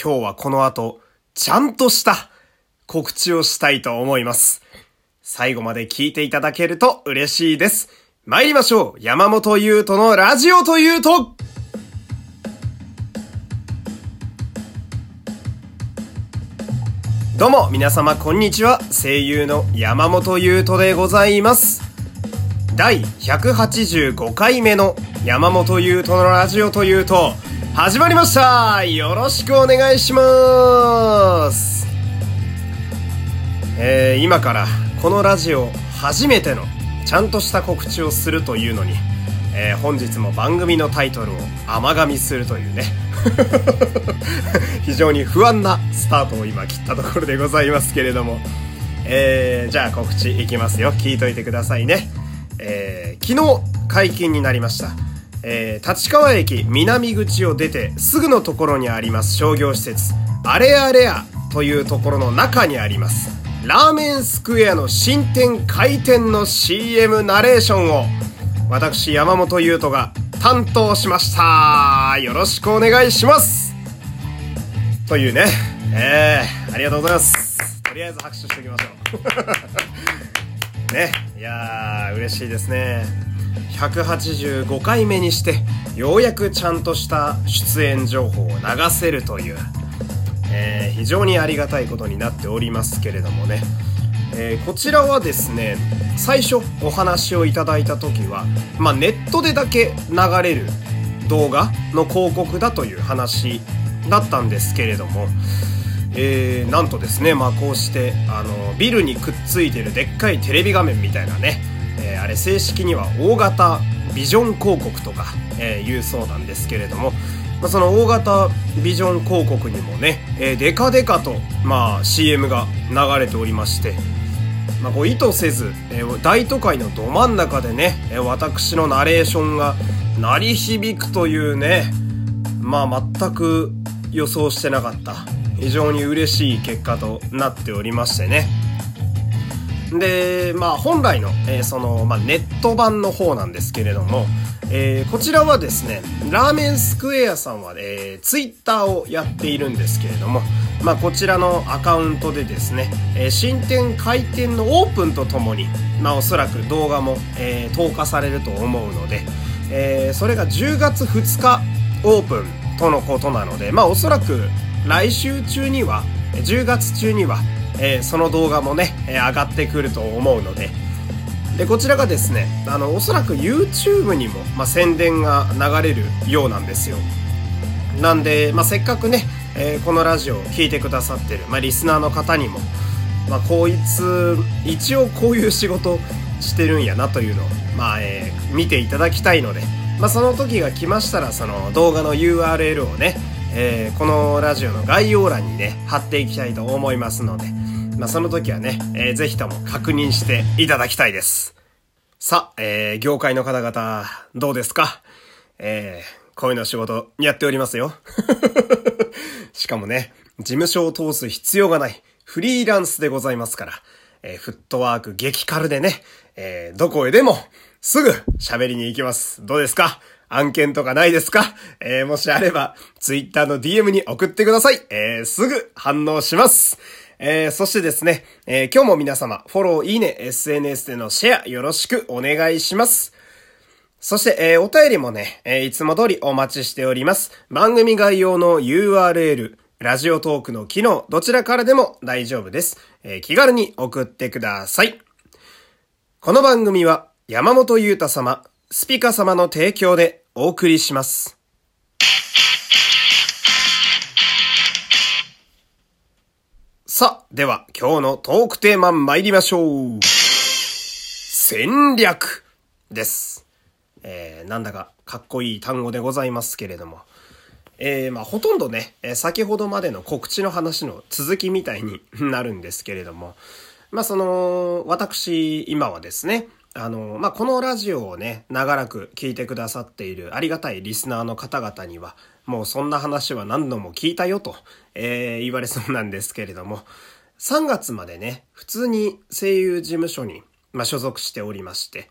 今日はこの後、ちゃんとした告知をしたいと思います。最後まで聞いていただけると嬉しいです。参りましょう。山本優斗のラジオというと。どうも皆様こんにちは。声優の山本優斗でございます。第185回目の山本優斗のラジオというと始まりました。よろしくお願いします。今からこのラジオ初めてのちゃんとした告知をするというのに、本日も番組のタイトルを甘噛みするというね非常に不安なスタートを今切ったところでございますけれども、じゃあ告知いきますよ。聞いといてくださいね。昨日解禁になりました、立川駅南口を出てすぐのところにあります商業施設アレアレアというところの中にありますラーメンスクエアの新店開店の CM ナレーションを私山本優斗が担当しました。よろしくお願いしますというね、ありがとうございます。とりあえず拍手しておきましょうね。いやー嬉しいですね。185回目にしてようやくちゃんとした出演情報を流せるという、非常にありがたいことになっておりますけれどもね、こちらはですね、最初お話をいただいた時は、ネットでだけ流れる動画の広告だという話だったんですけれども、なんとですね、こうしてビルにくっついてるでっかいテレビ画面みたいなね、あれ正式には大型ビジョン広告とか、言うそうなんですけれども、その大型ビジョン広告にもね、デカデカと、CM が流れておりまして、こう意図せず、大都会のど真ん中でね、私のナレーションが鳴り響くというね、全く予想してなかった非常に嬉しい結果となっておりましてね。で、本来の、ネット版の方なんですけれども、こちらはですね、ラーメンスクエアさんは、ツイッターをやっているんですけれども、こちらのアカウントでですね、新店開店のオープンとともに、おそらく動画も、投下されると思うので、それが10月2日オープンとのことなので、おそらく来週中には、10月中には、その動画もね、上がってくると思うので、こちらがですね、おそらく YouTube にも、宣伝が流れるようなんですよ。なんで、せっかくね、このラジオを聞いてくださってる、リスナーの方にも、こいつ一応こういう仕事してるんやなというのを、見ていただきたいので、その時が来ましたら、その動画の URL をね、このラジオの概要欄にね貼っていきたいと思いますので、その時はね、ぜひとも確認していただきたいです。さあ、業界の方々どうですか？こういうの仕事やっておりますよしかもね、事務所を通す必要がないフリーランスでございますから、フットワーク激軽でね、どこへでもすぐ喋りに行きます。どうですか？案件とかないですか？もしあれば、ツイッターの DM に送ってください。すぐ反応します。そしてですね、今日も皆様、フォロー、いいね、SNS でのシェアよろしくお願いします。そして、お便りもね、いつも通りお待ちしております。番組概要の URL、ラジオトークの機能、どちらからでも大丈夫です。気軽に送ってください。この番組は、山本優太様、スピカ様の提供でお送りします。さあ、では今日のトークテーマ参りましょう。戦略です。なんだかかっこいい単語でございますけれども、ほとんどね、先ほどまでの告知の話の続きみたいになるんですけれども、私今はですね、このラジオをね、長らく聞いてくださっているありがたいリスナーの方々には、もうそんな話は何度も聞いたよと、言われそうなんですけれども、3月までね、普通に声優事務所に、所属しておりまして、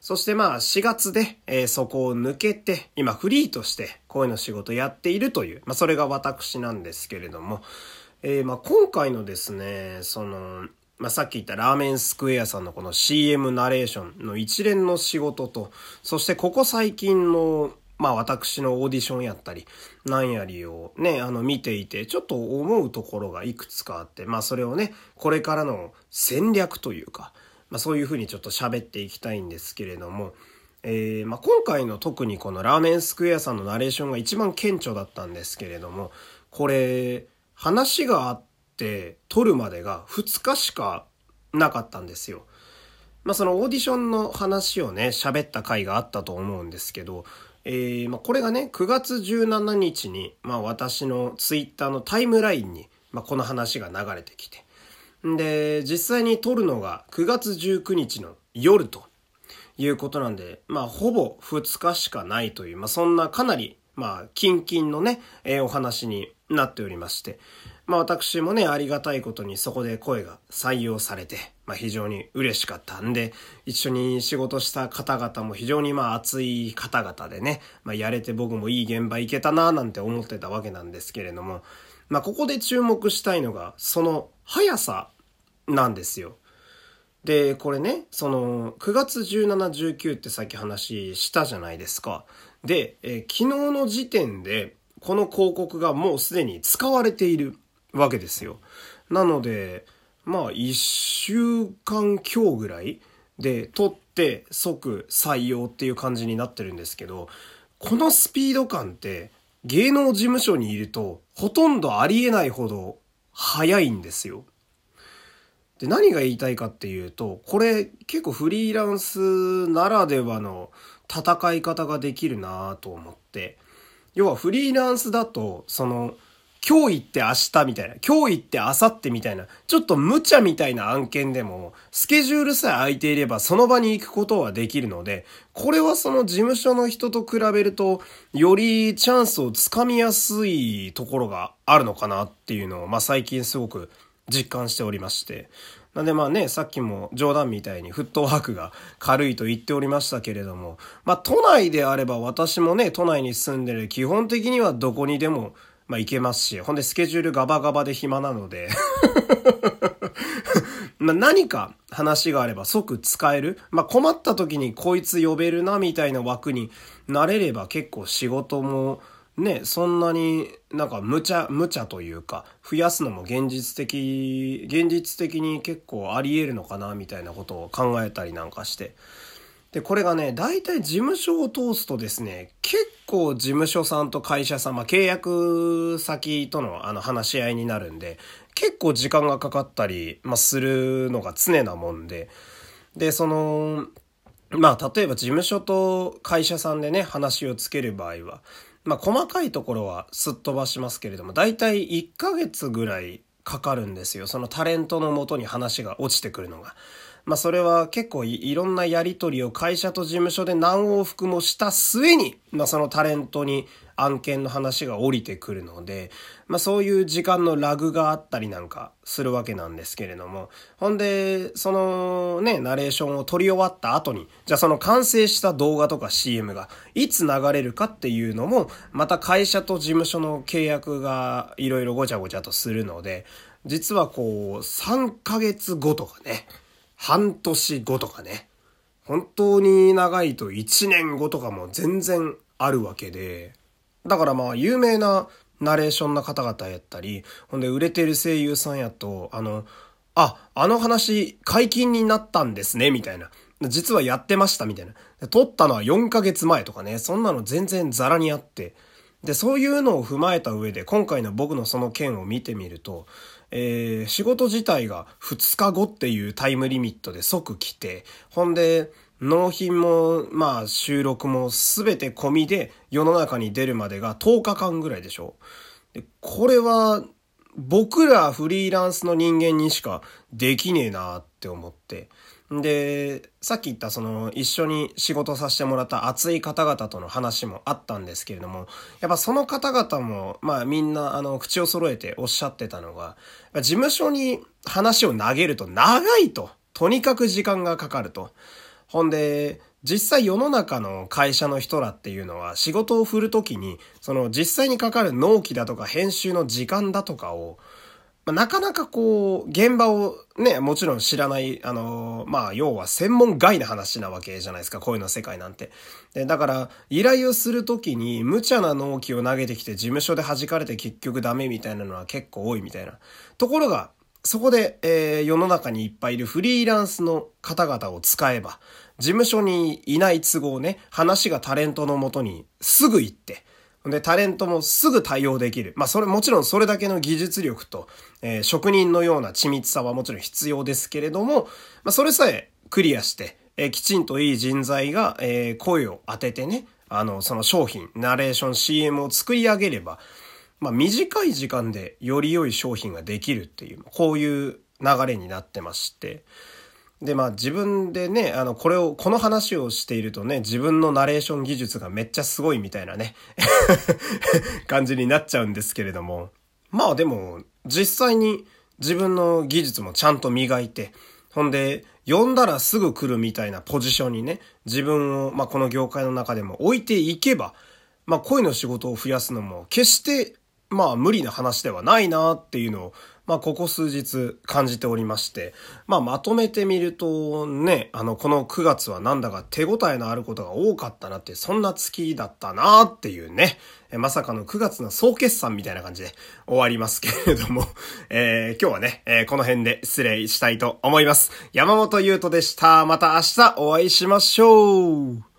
そしてまあ4月で、そこを抜けて、今フリーとして声の仕事やっているという、それが私なんですけれども、今回のですね、さっき言ったラーメンスクエアさんのこの CM ナレーションの一連の仕事と、そしてここ最近の私のオーディションやったり、なんやりをね、見ていて、ちょっと思うところがいくつかあって、それをね、これからの戦略というか、そういうふうにちょっと喋っていきたいんですけれども、今回の特にこのラーメンスクエアさんのナレーションが一番顕著だったんですけれども、これ、話があって撮るまでが2日しかなかったんですよ。そのオーディションの話をね、喋った回があったと思うんですけど、これがね、9月17日に、私のツイッターのタイムラインに、この話が流れてきて。で、実際に撮るのが9月19日の夜ということなんで、ほぼ2日しかないという、そんなかなり、キンキンのね、お話になっておりまして、私もね、ありがたいことにそこで声が採用されて、非常に嬉しかったんで、一緒に仕事した方々も非常に熱い方々でね、やれて僕もいい現場行けたななんて思ってたわけなんですけれども、ここで注目したいのが、その速さなんですよ。で、これね、9月17、19ってさっき話したじゃないですか。で、昨日の時点で、この広告がもうすでに使われているわけですよ。なので、1週間強ぐらいで撮って即採用っていう感じになってるんですけど、このスピード感って芸能事務所にいるとほとんどありえないほど速いんですよ。で、何が言いたいかっていうと、これ結構フリーランスならではの戦い方ができるなと思って、要はフリーランスだと、今日行って明日みたいな、今日行って明後日みたいな、ちょっと無茶みたいな案件でも、スケジュールさえ空いていればその場に行くことはできるので、これはその事務所の人と比べると、よりチャンスをつかみやすいところがあるのかなっていうのを、最近すごく実感しておりまして。なんでさっきも冗談みたいにフットワークが軽いと言っておりましたけれども、都内であれば私もね、都内に住んでる基本的にはどこにでも行けますし、ほんでスケジュールガバガバで暇なので何か話があれば即使える。困った時にこいつ呼べるなみたいな枠になれれば結構仕事もね、そんなに無茶というか、増やすのも現実的に結構あり得るのかなみたいなことを考えたりなんかして。で、これがね、大体事務所を通すとですね、結構事務所さんと会社さん、契約先との話し合いになるんで、結構時間がかかったり、するのが常なもんで、で、例えば事務所と会社さんでね、話をつける場合は、細かいところはすっ飛ばしますけれども、だいたい1ヶ月ぐらいかかるんですよ。そのタレントの元に話が落ちてくるのが。それは結構いろんなやり取りを会社と事務所で何往復もした末に、そのタレントに案件の話が降りてくるので、そういう時間のラグがあったりなんかするわけなんですけれども、ほんで、ナレーションを撮り終わった後に、じゃあその完成した動画とか CM がいつ流れるかっていうのも、また会社と事務所の契約がいろいろごちゃごちゃとするので、実は3ヶ月後とかね、半年後とかね、本当に長いと1年後とかも全然あるわけで、だから有名なナレーションの方々やったり、ほんで売れてる声優さんやと、あの話解禁になったんですね、みたいな。実はやってましたみたいな。撮ったのは4ヶ月前とかね、そんなの全然ザラにあって、で、そういうのを踏まえた上で、今回の僕のその件を見てみると、仕事自体が2日後っていうタイムリミットで即来て、ほんで、納品も、収録も全て込みで世の中に出るまでが10日間ぐらいでしょ。で、これは、僕らフリーランスの人間にしかできねえなって思って。で、さっき言った一緒に仕事させてもらった熱い方々との話もあったんですけれども、やっぱその方々も、みんな口を揃えておっしゃってたのが、事務所に話を投げると長いと。とにかく時間がかかると。ほんで、 実際世の中の会社の人らっていうのは仕事を振るときに、その実際にかかる納期だとか編集の時間だとかを、なかなかこう、現場をね、もちろん知らない、要は専門外な話なわけじゃないですか、声の世界なんて。で、だから、依頼をするときに、無茶な納期を投げてきて、事務所で弾かれて結局ダメみたいなのは結構多いみたいな。ところが、そこで、世の中にいっぱいいるフリーランスの方々を使えば、事務所にいない都合ね、話がタレントのもとにすぐ行って、で、タレントもすぐ対応できる。もちろんそれだけの技術力と、職人のような緻密さはもちろん必要ですけれども、それさえクリアして、きちんといい人材が、声を当ててね、その商品、ナレーション、CM を作り上げれば、短い時間でより良い商品ができるっていう、こういう流れになってまして、で、自分でね、この話をしているとね、自分のナレーション技術がめっちゃすごいみたいなね、感じになっちゃうんですけれども。でも、実際に自分の技術もちゃんと磨いて、ほんで、呼んだらすぐ来るみたいなポジションにね、自分を、この業界の中でも置いていけば、声の仕事を増やすのも決して、無理な話ではないなっていうのを、ここ数日感じておりまして、まとめてみるとね、この9月はなんだか手応えのあることが多かったなって、そんな月だったなっていうね、まさかの9月の総決算みたいな感じで終わりますけれども、今日はね、この辺で失礼したいと思います。山本優斗でした。また明日お会いしましょう。